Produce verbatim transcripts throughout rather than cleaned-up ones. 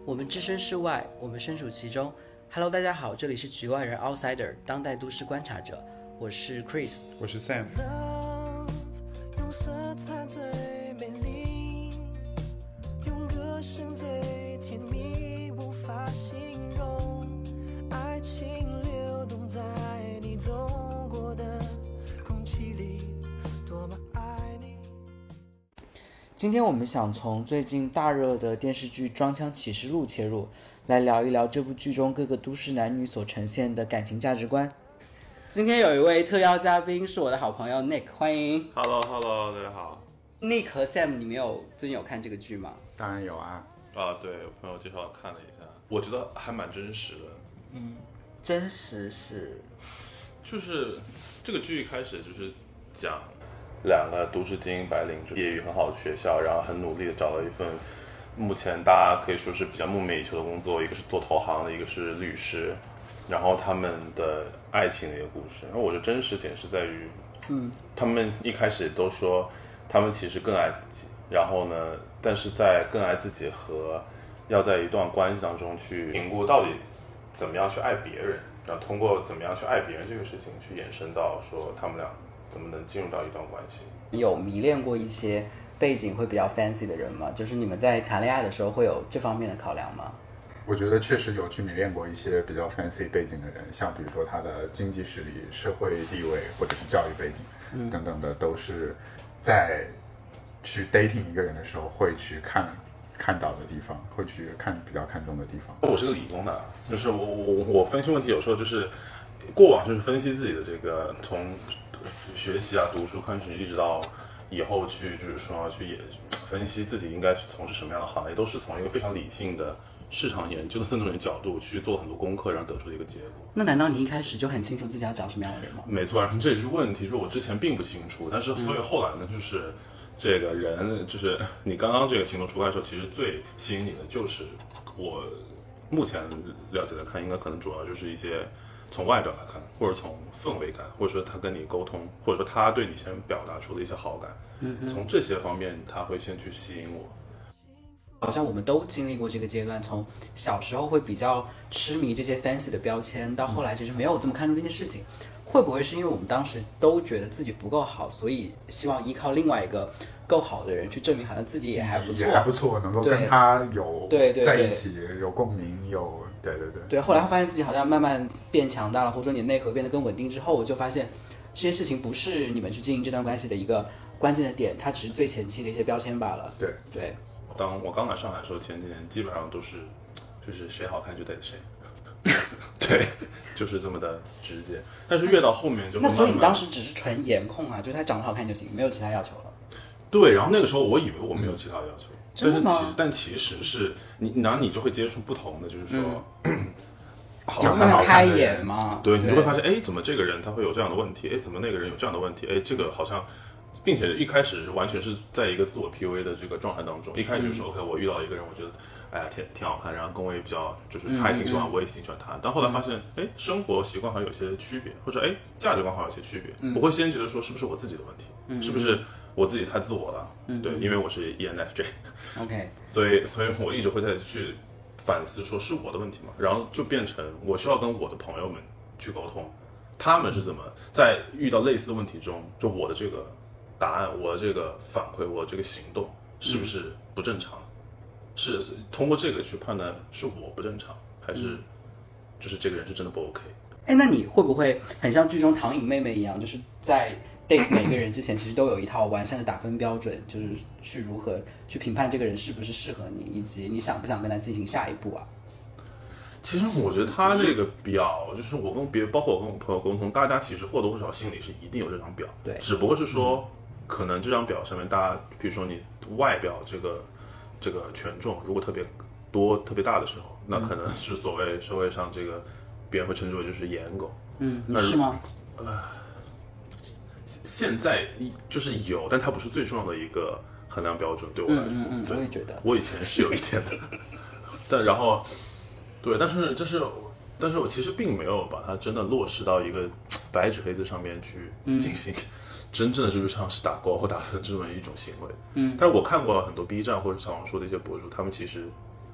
我们置身事外，我们身处其中。Hello， 大家好，这里是局外人 Outsider 当代都市观察者，我是 Chris， 我是 Sam。 用色彩最美丽，用歌声最甜蜜，无法形容爱情流动在你走过的空气里，多么爱你。 今天我们想从最近大热的电视剧《装腔启示录》切入，来聊一聊这部剧中各个都市男女所呈现的感情价值观。今天有一位特邀嘉宾是我的好朋友 Nick， 欢迎。 Hello Hello， 大家好。 Nick 和 Sam， 你们有最近有看这个剧吗？ 当然有啊。啊，对，我朋友介绍看了一下，我觉得还蛮真实的。 嗯，真实是， 就是这个剧一开始就是讲两个都市精英白领，就业余很好的学校，然后很努力的找到一份目前大家可以说是比较梦寐以求的工作，一个是做投行的，一个是律师，然后他们的爱情的一个故事。然后我觉得真实点是在于， 嗯， 他们一开始都说他们其实更爱自己，然后呢，但是在更爱自己和要在一段关系当中去评估到底怎么样去爱别人，然后通过怎么样去爱别人这个事情去延伸到说他们俩怎么能进入到一段关系。 有迷恋过一些背景会比较 fancy 的人吗？就是你们在谈恋爱的时候会有这方面的考量吗？ 我觉得确实有去迷恋过一些比较 fancy 背景的人，像比如说他的经济实力、社会地位或者是教育背景、嗯、等等的，都是在去 dating 一个人的时候会去看看到的地方，会去看比较看重的地方。 我是个理工的，就是我我我分析问题有时候就是过往就是分析自己的这个从学习啊、读书开始，一直到以后去就是说去也分析自己应该去从事什么样的行业，都是从一个非常理性的市场研究的那种角度去做很多功课，然后得出的一个结果。 那难道你一开始就很清楚自己要找什么样的人吗？ 没错，这也是问题，就是我之前并不清楚，但是所以后来呢，就是这个人，就是你刚刚这个情窦初开的时候，其实最吸引你的就是我目前了解来看，应该可能主要就是一些从外表来看，或者从氛围感，或者说他跟你沟通，或者说他对你先表达出的一些好感，嗯，从这些方面他会先去吸引我。 好像我们都经历过这个阶段，从小时候会比较痴迷这些 fancy 的标签，到后来其实没有这么看重这件事情。会不会是因为我们当时都觉得自己不够好，所以希望依靠另外一个够好的人去证明好像自己也还不错， 也还不错，能够跟他有对对在一起，有共鸣，有对对对对。后来发现自己好像慢慢变强大了，或者说你内核变得更稳定之后，我就发现这些事情不是你们去经营这段关系的一个关键的点，它只是最前期的一些标签罢了。 对对。 当我刚来上海的时候，前几年基本上都是就是谁好看就带谁。对，就是这么的直接。但是越到后面就那所以你当时只是纯颜控啊，就是他长得好看就行，没有其他要求了。 对，然后那个时候我以为我没有其他要求， 嗯、 但是其但其实是你，然后你就会接触不同的，就是说，嗯、 好看开眼嘛。 对，你就会发现，哎，怎么这个人他会有这样的问题？哎，怎么那个人有这样的问题？哎，这个好像。并且一开始完全是在一个自我 P U A 的这个状态当中，一开始就说、嗯、OK， 我遇到一个人，我觉得哎呀挺挺好看，然后跟我也比较就是他也挺喜欢、嗯、我也挺喜欢他，但后来发现哎、嗯、生活习惯好像有些区别，或者哎价值观好像有些区别、嗯，我会先觉得说是不是我自己的问题，嗯、是不是我自己太自我了，嗯、对，因为我是 E N F J，OK， 所以所以我一直会再去反思说是我的问题嘛，然后就变成我需要跟我的朋友们去沟通，他们是怎么在遇到类似的问题中，就我的这个答案，我的这个反馈，我的这个行动是不是不正常、嗯、是通过这个去判断是我不正常，还是就是这个人是真的不 OK。 哎，那你会不会很像剧中唐颖妹妹一样，就是在 date 每个人之前其实都有一套完善的打分标准，就是去如何去评判这个人是不是适合你，以及你想不想跟他进行下一步啊？ 其实我觉得他这个表，就是我跟别，包括我跟我朋友沟通，大家其实或多或少心里是一定有这张表， 对， 只不过是说、嗯、可能这张表上面大家，比如说你外表这个这个权重如果特别多、特别大的时候，那可能是所谓社会上这个别人会称之为就是颜狗。 嗯，你是吗？ 呃，现在就是有，但它不是最重要的一个衡量标准，对我来说。 嗯嗯嗯，我也觉得。 我以前是有一点的，但然后。对，但是这是，但是我其实并没有把它真的落实到一个白纸黑字上面去进行真正的就是像是打勾或打分这么一种行为。嗯，但是我看过很多 B 站或者小红书的一些博主，他们其实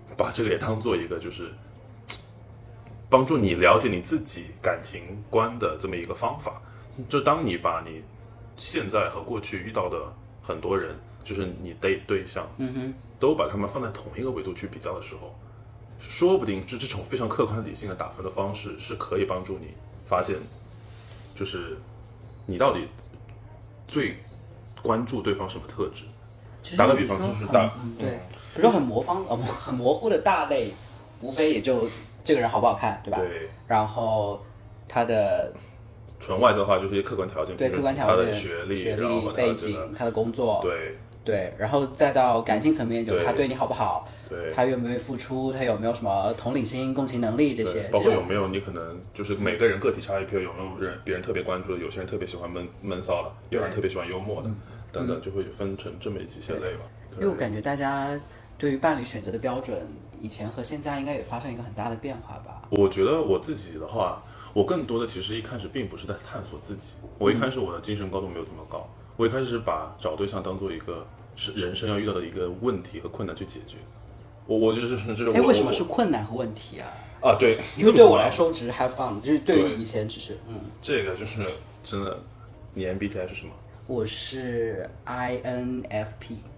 把这个也当做一个就是帮助你了解你自己感情观的这么一个方法。就当你把你现在和过去遇到的很多人，就是你的对象， 嗯哼， 都把他们放在同一个维度去比较的时候，说不定这这种非常客观理性的打分的方式是可以帮助你发现，就是你到底最关注对方什么特质。打个比方就是大， 嗯、对，比如说很模方呃很模糊的大类，无非也就这个人好不好看，对吧？ 对。 然后他的纯外在的话，就是一些客观条件， 对客观条件， 他的学历、 学历、背景、他的工作， 对对，然后再到感性层面，就是他对你好不好， 对， 他愿不愿意付出，他有没有什么同理心、共情能力这些， 包括有没有你可能就是每个人个体差异，譬如有没有人别人特别关注的，有些人特别喜欢闷闷骚的，有人特别喜欢幽默的，等等，就会分成这么几些类吧。 因为我感觉大家对于伴侣选择的标准，以前和现在应该也发生一个很大的变化吧。 我觉得我自己的话，我更多的其实一开始并不是在探索自己，我一开始我的精神高度没有这么高，我一开始是把找对象当做一个是人生要遇到的一个问题和困难去解决。我我就是就是哎，为什么是困难和问题啊？ 啊，对， 因为对我来说只是 have fun， 就是对于以前只是嗯， 这个就是真的。你 M B T I 是什么？ 我是 I N F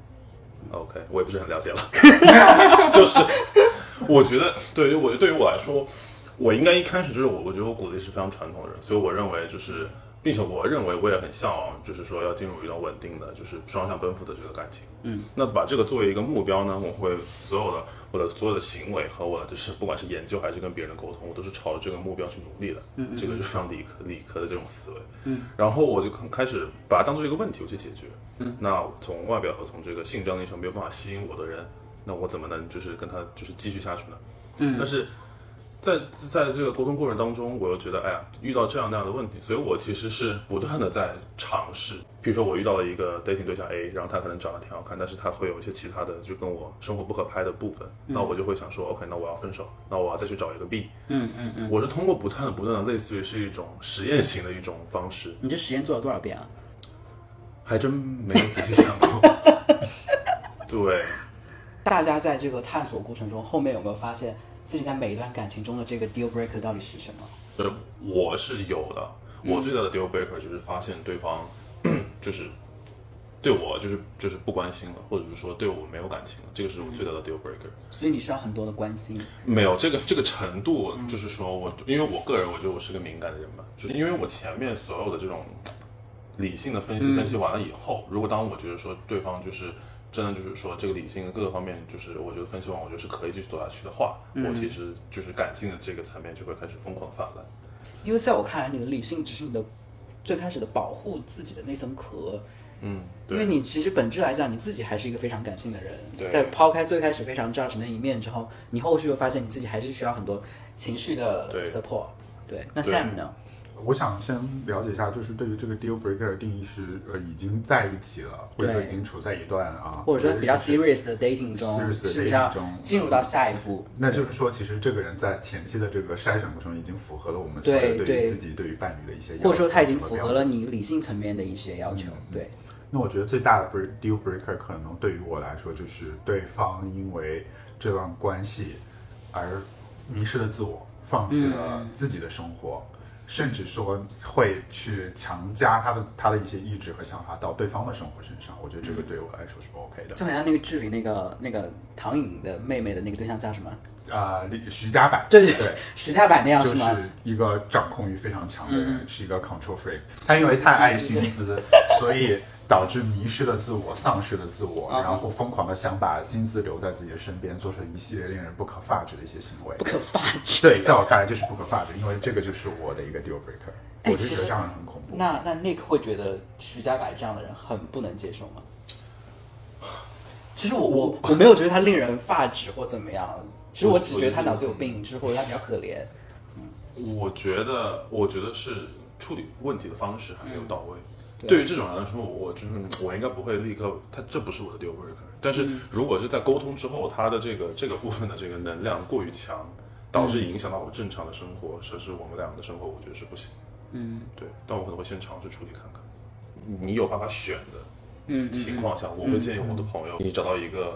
P。OK， 我也不是很了解了，就是我觉得对于我对于我来说，我应该一开始就是我我觉得我骨子里是非常传统的人，所以我认为就是，并且我认为我也很向往，就是说要进入一段稳定的，就是双向奔赴的这个感情。 嗯， 那把这个作为一个目标呢，我会所有的我的所有的行为和我的就是不管是研究还是跟别人的沟通，我都是朝着这个目标去努力的。嗯, 嗯, 嗯，这个就是非常理科理科的这种思维。嗯，然后我就开始把它当做一个问题我去解决。嗯，那从外表和从这个性张力上没有办法吸引我的人，那我怎么能就是跟他就是继续下去呢？嗯，但是在在这个沟通过程当中，我又觉得，哎呀，遇到这样那样的问题，所以我其实是不断的在尝试。比如说，我遇到了一个 dating 对象 A， 然后他可能长得挺好看，但是他会有一些其他的，就跟我生活不合拍的部分，嗯、那我就会想说 ，OK， 那我要分手，那我要再去找一个 B。 嗯嗯嗯， 我是通过不断的、不断的，类似于是一种实验型的一种方式。 你这实验做了多少遍啊？ 还真没有仔细想过。对， 大家在这个探索过程中，后面有没有发现自己在每一段感情中的这个 deal breaker 到底是什么？ 呃，我是有的。我最大的 deal breaker 就是发现对方就是对我就是就是不关心了，或者是说对我没有感情了，这个是我最大的 deal breaker。 所以你需要很多的关心。 没有这个这个程度，就是说我因为我个人我觉得我是个敏感的人嘛，就是因为我前面所有的这种理性的分析分析完了以后，嗯、如果当我觉得说对方就是真的就是说这个理性的各个方面，就是我觉得分析完，我觉得是可以继续走下去的话，嗯、我其实就是感性的这个层面就会开始疯狂的泛滥。 因为在我看来，你的理性只是你的最开始的保护自己的那层壳。 嗯， 因为你其实本质来讲，你自己还是一个非常感性的人。在抛开最开始非常 judge 那一面之后，你后续会发现你自己还是需要很多情绪的 support。对，对那 Sam 呢？ 我想先了解一下，就是对于这个 deal breaker 的定义是，呃，已经在一起了，或者说已经处在一段啊， 或者说比较 serious 的 dating 中，是不是要进入到下一步？ 那就是说，其实这个人在前期的这个筛选过程中，已经符合了我们所有对于自己、对于伴侣的一些要求， 或者说他已经符合了你理性层面的一些要求。嗯、对。 那我觉得最大的 deal breaker 可能对于我来说，就是对方因为这段关系而迷失了自我，放弃了自己的生活。嗯甚至说会去强加他的他的一些意志和想法到对方的生活身上，我觉得这个对我来说是不 OK 的。 就好像那个剧里那个那个唐颖的妹妹的那个对象叫什么？ 啊、呃，徐家柏。 对对对， 徐家柏那样是吗？ 就是一个掌控欲非常强的人，嗯、是一个 control freak。他因为太爱薪资，所以导致迷失了自我，丧失了自我，嗯、然后疯狂的想把薪资留在自己的身边，做出一系列令人不可发指的一些行为。 不可发指。 对，在我看来这是不可发指，因为这个就是我的一个 deal breaker。我就觉得这样很恐怖。 那那 Nick 会觉得徐家柏这样的人很不能接受吗？其实我我我没有觉得他令人发指或怎么样，其实我只觉得他脑子有病，之后他比较可怜。 嗯，我觉得我觉得是处理问题的方式还没有到位。嗯、对于这种人来说，我就是我应该不会立刻，他这不是我的 deal breaker。但是如果是在沟通之后，他的这个这个部分的这个能量过于强，导致影响到我正常的生活，甚至我们俩的生活，我觉得是不行。嗯，对，但我可能会先尝试处理看看。你有办法选的情况下，嗯、我会建议我的朋友，嗯、你找到一个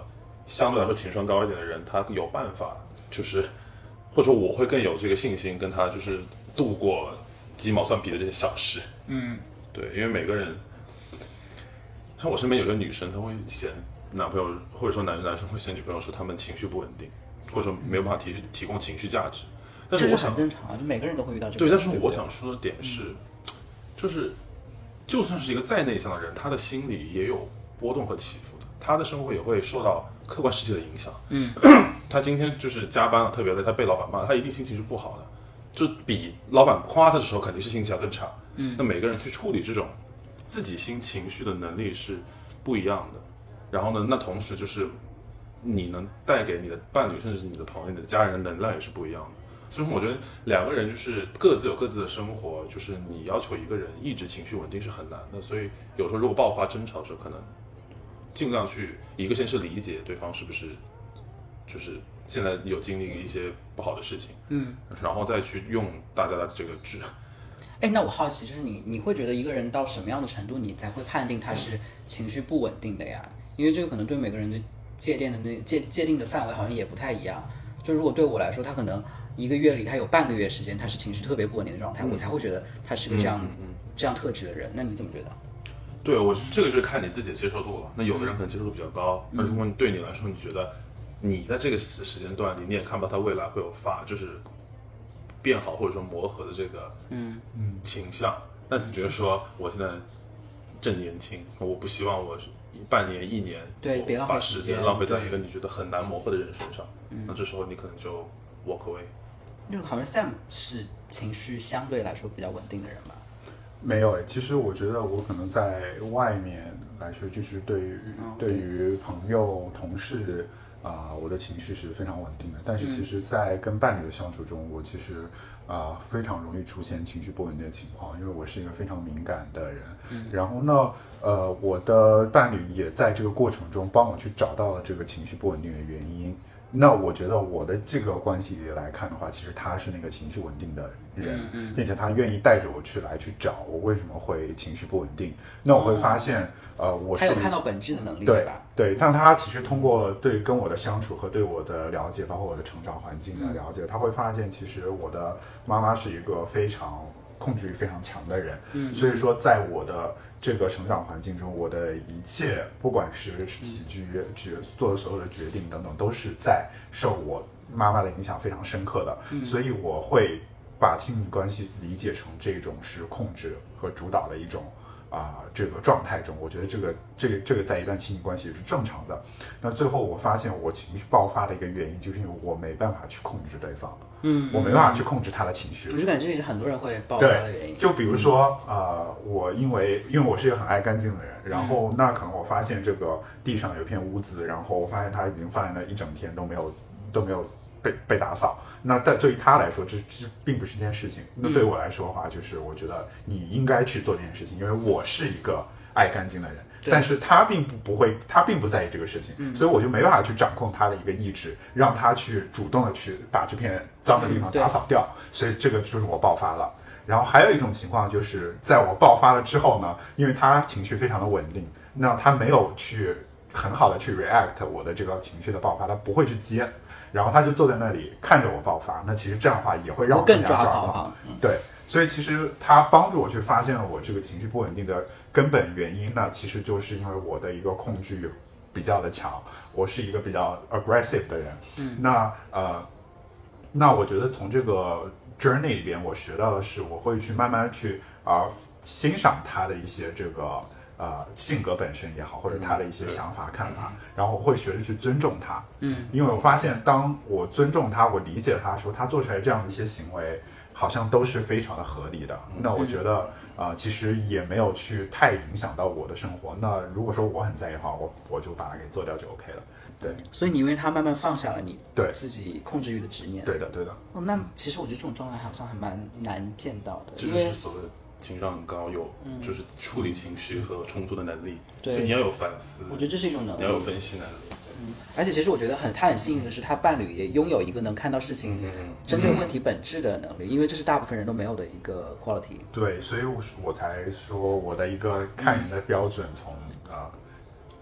相对来说情商高一点的人，他有办法，就是或者说我会更有这个信心跟他就是度过鸡毛蒜皮的这些小事。 嗯， 对，因为每个人，像我身边有个女生，她会嫌男朋友，或者说男男生会嫌女朋友说他们情绪不稳定，或者说没有办法提提供情绪价值。但是这是我想很正常啊，就每个人都会遇到这个对， 问题。 但是我想说的点是，嗯、就是就算是一个再内向的人，他的心里也有波动和起伏的，他的生活也会受到客观世界的影响。 嗯， 他今天就是加班了，特别累，他被老板骂，他一定心情是不好的，就比老板夸他的时候肯定是心情要更差。嗯，那每个人去处理这种自己心情绪的能力是不一样的。然后呢，那同时就是你能带给你的伴侣，甚至是你的朋友、你的家人的能量也是不一样的。所以我觉得两个人就是各自有各自的生活，就是你要求一个人一直情绪稳定是很难的。所以有时候如果爆发争吵的时候，可能尽量去一个先是理解对方是不是就是现在有经历一些不好的事情，嗯，然后再去用大家的这个智。 哎，那我好奇，就是你你会觉得一个人到什么样的程度，你才会判定他是情绪不稳定的呀？因为这个可能对每个人的界定的那界界定的范围好像也不太一样。就如果对我来说，他可能一个月里他有半个月时间他是情绪特别不稳定的状态，嗯、我才会觉得他是个这样、嗯嗯、这样特质的人。那你怎么觉得？ 对，我这个就是看你自己的接受度了。那有的人可能接受度比较高，嗯、那如果你对你来说，你觉得你在这个时间段里，你也看不到他未来会有发就是变好或者说磨合的这个嗯嗯倾向，那你觉得说我现在正年轻，我不希望我半年一年对别浪费把时间浪费在一个你觉得很难磨合的人身上，那这时候你可能就 walk away。 就好像 Sam 是情绪相对来说比较稳定的人吧？ 没有诶，其实我觉得我可能在外面来说，就是对于、哦、对于朋友、同事啊、呃，我的情绪是非常稳定的。但是其实，在跟伴侣的相处中，我其实啊、呃、非常容易出现情绪不稳定的情况，因为我是一个非常敏感的人。嗯、然后呢，呃，我的伴侣也在这个过程中帮我去找到了这个情绪不稳定的原因。那我觉得我的这个关系里来看的话，其实他是那个情绪稳定的人，嗯嗯、并且他愿意带着我去来去找我为什么会情绪不稳定。那我会发现，哦、呃，我是他有看到本质的能力， 对吧？ 对，但他其实通过对跟我的相处和对我的了解，包括我的成长环境的了解，嗯、他会发现其实我的妈妈是一个非常控制欲非常强的人，嗯，所以说在我的这个成长环境中，我的一切不管是起居决做的所有的决定等等，都是在受我妈妈的影响非常深刻的，嗯，所以我会把亲密关系理解成这种是控制和主导的一种啊、呃、这个状态中，我觉得这个这个这个在一段亲密关系是正常的。那最后我发现我情绪爆发的一个原因，就是因为我没办法去控制对方。嗯，我没办法去控制他的情绪。 我就感觉这也是很多人会爆发的原因。 就比如说，呃，我因为因为我是一个很爱干净的人，然后那可能我发现这个地上有一片污渍，然后我发现他已经放在那一整天都没有都没有被被打扫。那但对于他来说，这这并不是一件事情。那对我来说的话，就是我觉得你应该去做这件事情，因为我是一个爱干净的人。但是他并不不会，他并不在意这个事情，嗯、所以我就没办法去掌控他的一个意志，让他去主动的去把这片脏的地方打扫掉。嗯、所以这个就是我爆发了。然后还有一种情况就是在我爆发了之后呢，因为他情绪非常的稳定，那他没有去很好的去 react 我的这个情绪的爆发，他不会去接，然后他就坐在那里看着我爆发。那其实这样的话也会让我更加抓狂。对。所以其实他帮助我去发现了我这个情绪不稳定的根本原因呢，其实就是因为我的一个控制欲比较的强，我是一个比较 aggressive 的人。嗯，那呃，那我觉得从这个 journey 里边，我学到的是，我会去慢慢去啊、呃、欣赏他的一些这个呃性格本身也好，或者他的一些想法、嗯、看法，然后我会学着去尊重他。嗯，因为我发现，当我尊重他，我理解他的时候，他做出来这样的一些行为，好像都是非常的合理的。那我觉得啊、呃，其实也没有去太影响到我的生活。那如果说我很在意的话，我我就把它给做掉就 OK 了。对， 所以你因为他慢慢放下了你对自己控制欲的执念。 对的，对的。 哦，那其实我觉得这种状态好像还蛮难见到的， 这就是所谓的情商很高，有、嗯、就是处理情绪和冲突的能力。对，所以你要有反思。 我觉得这是一种能力， 你要有分析能力。 嗯，而且其实我觉得很他很幸运的是，他伴侣也拥有一个能看到事情真正问题本质的能力，因为这是大部分人都没有的一个 quality。 对，所以我我才说我的一个看人的标准从啊、呃、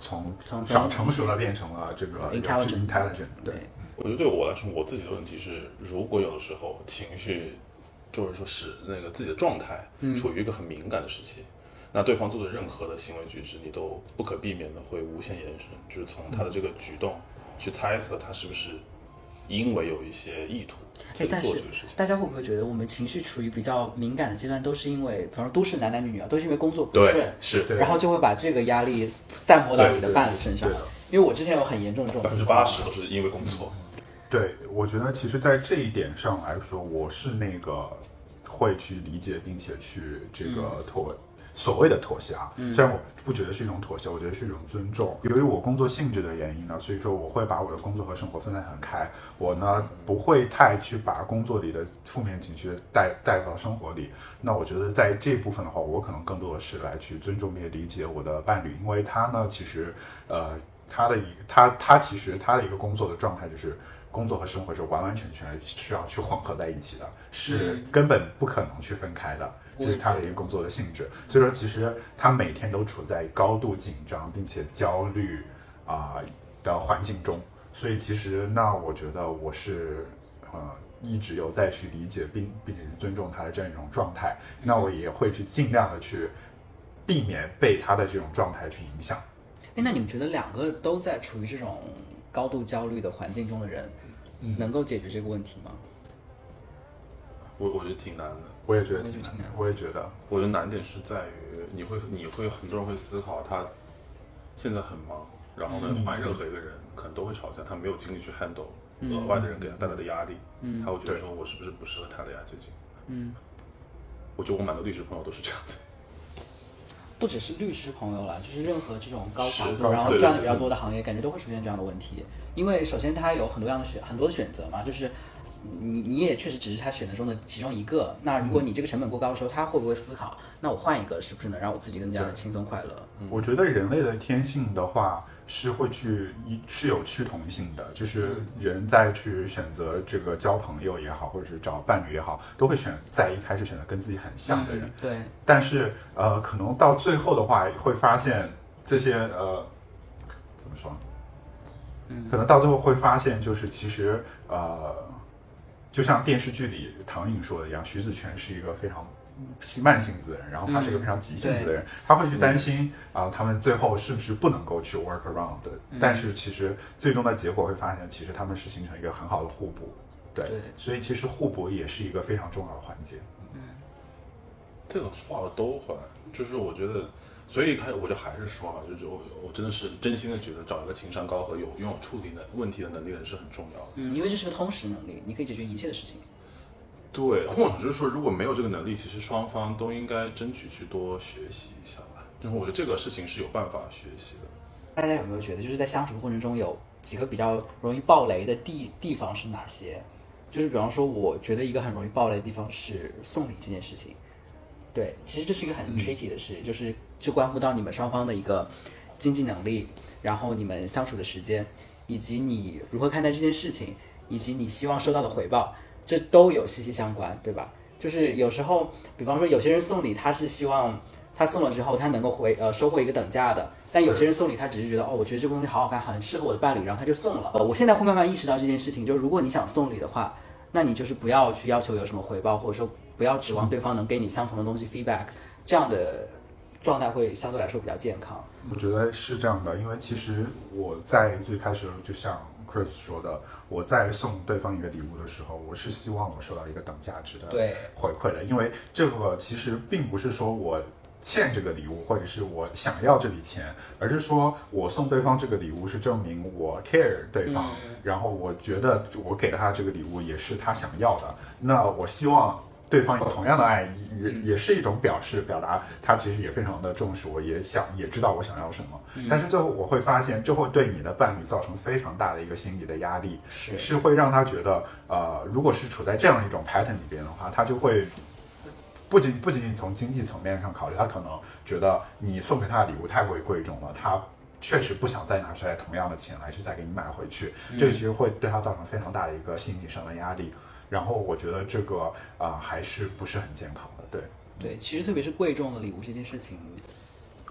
从从长成熟的变成了这个 intelligent intelligent 对。 我觉得对我来说，我自己的问题是，如果有的时候情绪，就是说使那个自己的状态处于一个很敏感的时期，嗯、那对方做的任何的行为举止，你都不可避免的会无限延伸，就是从他的这个举动去猜测他是不是因为有一些意图去做这个事情。 大家会不会觉得我们情绪处于比较敏感的阶段，都是因为，比方说都市男男女女啊，都是因为工作不顺， 是， 然后就会把这个压力散播到你的伴侣身上。因为我之前有很严重的这种百分之八十都是因为工作。 对，我觉得其实在这一点上来说，我是那个会去理解并且去这个妥、嗯、所谓的妥协，嗯、虽然我不觉得是一种妥协，我觉得是一种尊重。由于我工作性质的原因呢，所以说我会把我的工作和生活分得很开。我呢不会太去把工作里的负面情绪带带到生活里。那我觉得在这部分的话，我可能更多的是来去尊重并理解我的伴侣，因为他呢其实呃他的一他他其实他的一个工作的状态就是。工作和生活是完完全全需要去混合在一起的，是根本不可能去分开的，这、就是他的一个工作的性质。所以说，其实他每天都处在高度紧张并且焦虑啊、呃、的环境中。所以其实，那我觉得我是呃一直有在去理解并并且尊重他的这样一种状态。那我也会去尽量的去避免被他的这种状态去影响。 哎，那你们觉得两个都在处于这种高度焦虑的环境中的人，嗯、能够解决这个问题吗？ 我我觉得挺难的， 我也觉得挺难的，我也觉得， 我觉得难点是在于你会你会很多人会思考他现在很忙，然后呢、嗯、换任何一个人可能都会吵架，他没有精力去 handle 额外的人给他带来的压力，嗯、他会觉得说我是不是不适合他的呀最近，嗯，我觉得我蛮多律师朋友都是这样的。 不只是律师朋友啦，就是任何这种高强度然后赚的比较多的行业，感觉都会出现这样的问题。因为首先它有很多样的选很多的选择嘛，就是你你也确实只是他选择中的其中一个。那如果你这个成本过高的时候，他会不会思考，那我换一个是不是能让我自己更加的轻松快乐？ 嗯、我觉得人类的天性的话是会去是有趋同性的，就是人在去选择这个交朋友也好，或者是找伴侣也好，都会选在一开始选择跟自己很像的人。 嗯、对。 但是呃，可能到最后的话，会发现这些呃怎么说呢？嗯，可能到最后会发现，就是其实呃，就像电视剧里唐颖说的一样，徐子泉是一个非常慢性子的人，然后他是一个非常急性子的人，嗯、他会去担心啊、呃，他们最后是不是不能够去 work around 的、嗯、但是其实最终的结果会发现，其实他们是形成一个很好的互补，对，对所以其实互补也是一个非常重要的环节。 嗯，这个话都回来，就是我觉得。所以一开始我就还是说嘛，就是我我真的是真心的觉得找一个情商高和有拥有处理能问题的能力的人是很重要的。 嗯，因为这是个通识能力，你可以解决一切的事情。 对，或者就是说，如果没有这个能力，其实双方都应该争取去多学习一下吧。就是我觉得这个事情是有办法学习的。 大家有没有觉得，就是在相处的过程中有几个比较容易爆雷的地地方是哪些？就是比方说，我觉得一个很容易爆雷的地方是送礼这件事情。对，其实这是一个很 tricky 的事，嗯、就是这关乎到你们双方的一个经济能力，然后你们相处的时间，以及你如何看待这件事情，以及你希望收到的回报，这都有息息相关，对吧？就是有时候，比方说有些人送礼，他是希望他送了之后他能够回呃收获一个等价的，但有些人送礼，他只是觉得哦，我觉得这个东西好好看，很适合我的伴侣，然后他就送了。呃，我现在会慢慢意识到这件事情，就是如果你想送礼的话，那你就是不要去要求有什么回报，或者说不要指望对方能给你相同的东西 feedback， 这样的状态会相对来说比较健康。 我觉得是这样的，因为其实我在最开始就像 Chris 说的，我在送对方一个礼物的时候，我是希望我收到一个等价值的回馈的，因为这个其实并不是说我欠这个礼物，或者是我想要这笔钱，而是说我送对方这个礼物是证明我 care 对方，嗯、然后我觉得我给了他这个礼物也是他想要的，那我希望对方有同样的爱，也也是一种表示，表达他其实也非常的重视我，也想也知道我想要什么。嗯、但是最后我会发现，这会对你的伴侣造成非常大的一个心理的压力，是是会让他觉得，呃，如果是处在这样一种 pattern 里边的话，他就会。不仅不仅仅从经济层面上考虑，他可能觉得你送给他的礼物太过于贵重了，他确实不想再拿出来同样的钱来去再给你买回去，嗯、这个其实会对他造成非常大的一个心理上的压力。然后我觉得这个啊、呃、还是不是很健康的，对对，其实特别是贵重的礼物这件事情，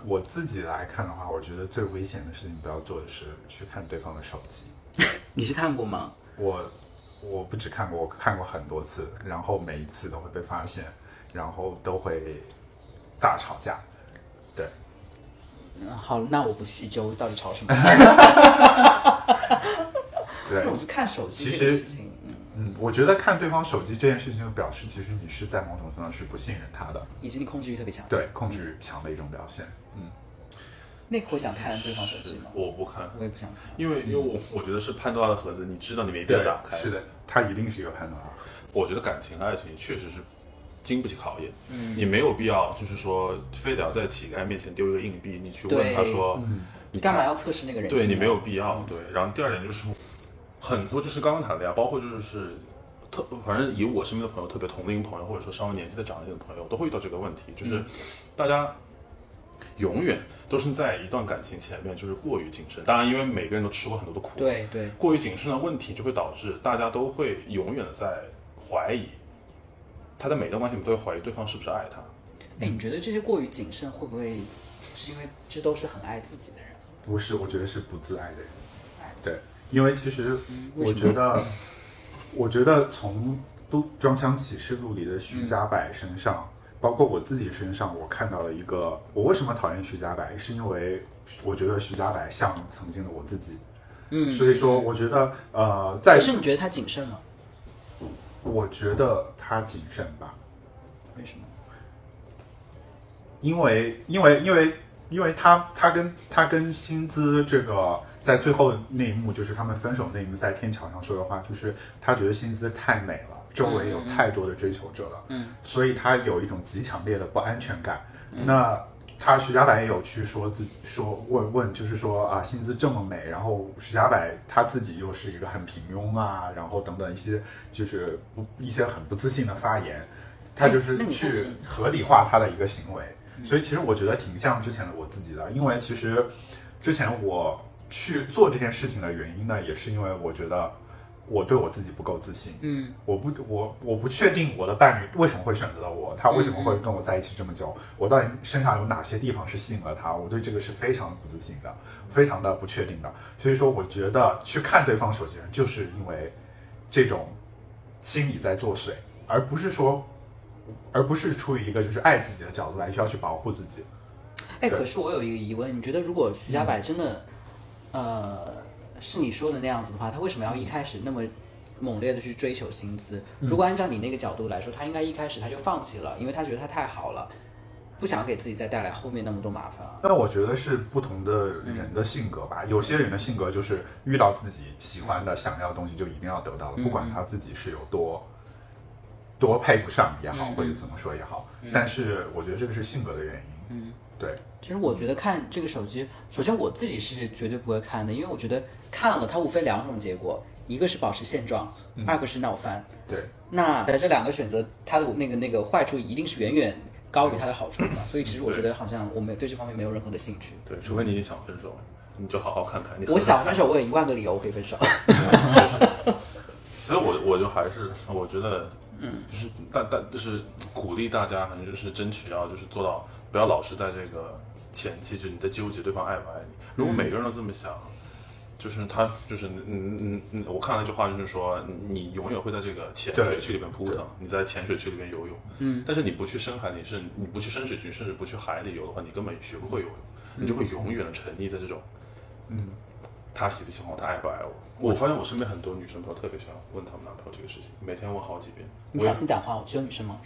我自己来看的话，我觉得最危险的事情不要做的是去看对方的手机。 你是看过吗？ 我我不只看过，我看过很多次，然后每一次都会被发现，然后都会大吵架。对， 嗯，好，那我不细究到底吵什么。 对， 我就看手机这个事情，嗯嗯，我觉得看对方手机这件事情，就表示其实你是在某种程度上是不信任他的， 以及你控制欲特别强。 对，控制欲强的一种表现。嗯， 那会想看对方手机吗？ 我不看， 我也不想看， 因为因为我我觉得是潘多拉的盒子，你知道你没必要打开。 是的，它一定是一个判断啊。 我觉得感情爱情确实是经不起考验，嗯，你没有必要就是说非得要在乞丐面前丢一个硬币，你去问他说， 嗯、你干嘛要测试那个人性？ 对你没有必要。嗯、对，然后第二点就是很多就是刚刚谈的呀，包括就是特反正以我身边的朋友，特别同龄朋友或者说稍微年纪再长一点的朋友，都会遇到这个问题，就是大家永远都是在一段感情前面就是过于谨慎。当然，因为每个人都吃过很多的苦， 对对， 过于谨慎的问题就会导致大家都会永远的在怀疑。他在每段关系里都会怀疑对方是不是爱他。 哎，你觉得这些过于谨慎会不会是因为这都是很爱自己的人？ 不是，我觉得是不自爱的人。对，因为其实我觉得，嗯、我觉得从《装腔启示录》里的徐家柏身上，嗯、包括我自己身上，我看到了一个，我为什么讨厌徐家柏，是因为我觉得徐家柏像曾经的我自己。嗯，所以说我觉得，呃，在可是你觉得他谨慎吗？ 我觉得他谨慎吧。 为什么？ 因为因为因为因为他他跟他跟薪资这个在最后那一幕，就是他们分手那一幕，在天桥上说的话，就是他觉得薪资太美了，周围有太多的追求者了，嗯，所以他有一种极强烈的不安全感。嗯、那他徐家柏也有去说自己说问问，就是说啊，薪资这么美，然后徐家柏他自己又是一个很平庸啊，然后等等一些就是不一些很不自信的发言，他就是去合理化他的一个行为。所以其实我觉得挺像之前的我自己的，因为其实之前我去做这件事情的原因呢，也是因为我觉得我对我自己不够自信，嗯，我不我我不确定我的伴侣为什么会选择到我，他为什么会跟我在一起这么久，我到底身上有哪些地方是吸引了他，我对这个是非常不自信的，非常的不确定的。所以说我觉得去看对方手机人，就是因为这种心理在作祟，而不是说而不是出于一个就是爱自己的角度来需要去保护自己。 哎，可是我有一个疑问，你觉得如果徐家柏真的、嗯、呃是你说的那样子的话，他为什么要一开始那么猛烈的去追求薪资？嗯、如果按照你那个角度来说，他应该一开始他就放弃了，因为他觉得他太好了，不想给自己再带来后面那么多麻烦啊。 那我觉得是不同的人的性格吧，嗯、有些人的性格就是遇到自己喜欢的、想要的东西就一定要得到了，嗯、不管他自己是有多多配不上也好，嗯、或者怎么说也好，嗯、但是我觉得这个是性格的原因。嗯，对。 其实我觉得看这个手机，首先我自己是绝对不会看的，因为我觉得看了它无非两种结果，一个是保持现状，嗯、二个是闹翻。 对。 那在这两个选择，它的那个那个坏处一定是远远高于它的好处嘛，所以其实我觉得好像我们对这方面没有任何的兴趣。 对，除非你已经想分手，你就好好看看。你我想分手，我有一万个理由可以分手。 确实。所以我我就还是我觉得，嗯，就是大大就是鼓励大家，反正就是争取要就是做到。不要老是在这个前期，就你在纠结对方爱不爱你。如果每个人都这么想，就是他就是嗯嗯嗯，我看了一句话，就是说你永远会在这个浅水区里面扑腾，你在浅水区里面游泳。嗯，但是你不去深海，你是你不去深水区，甚至不去海里游的话，你根本学不会游泳，你就会永远的沉溺在这种，嗯，他喜不喜欢我，他爱不爱我。我发现我身边很多女生朋友特别喜欢问他们男朋友这个事情，每天问好几遍。 你小心讲话，只有女生吗？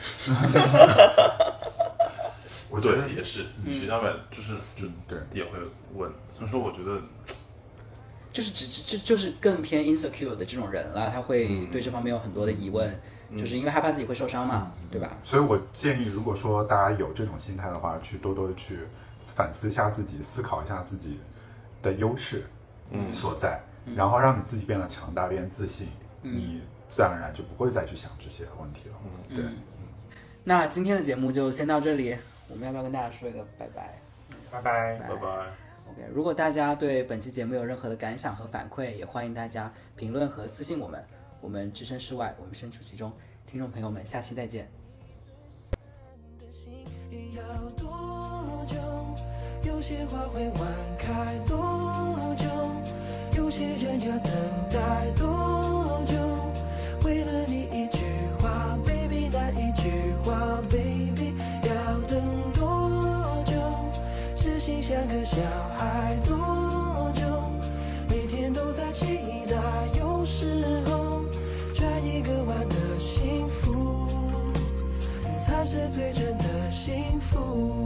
我觉得也是，徐家柏就是就对也会问，所以说我觉得就是只就就是更偏 insecure 的这种人了，他会对这方面有很多的疑问，嗯、就是因为害怕自己会受伤嘛，嗯、对吧？ 所以我建议，如果说大家有这种心态的话，去多多去反思一下自己，思考一下自己的优势所在，嗯、然后让你自己变得强大，变得自信，嗯、你自然而然就不会再去想这些问题了。嗯、对。嗯、 那今天的节目就先到这里。我们要不要跟大家说一个拜拜？ 拜拜拜拜。 OK， 如果大家对本期节目有任何的感想和反馈，也欢迎大家评论和私信我们。我们置身事外，我们身处其中。听众朋友们，下期再见。要多久些花会晚开多久？有些人要等待多久？为了你一句话 ，baby， 那一句话 ，baby， 要等多久？痴心像个小孩多久？每天都在期待，有时候转一个弯的幸福，才是最真的幸福。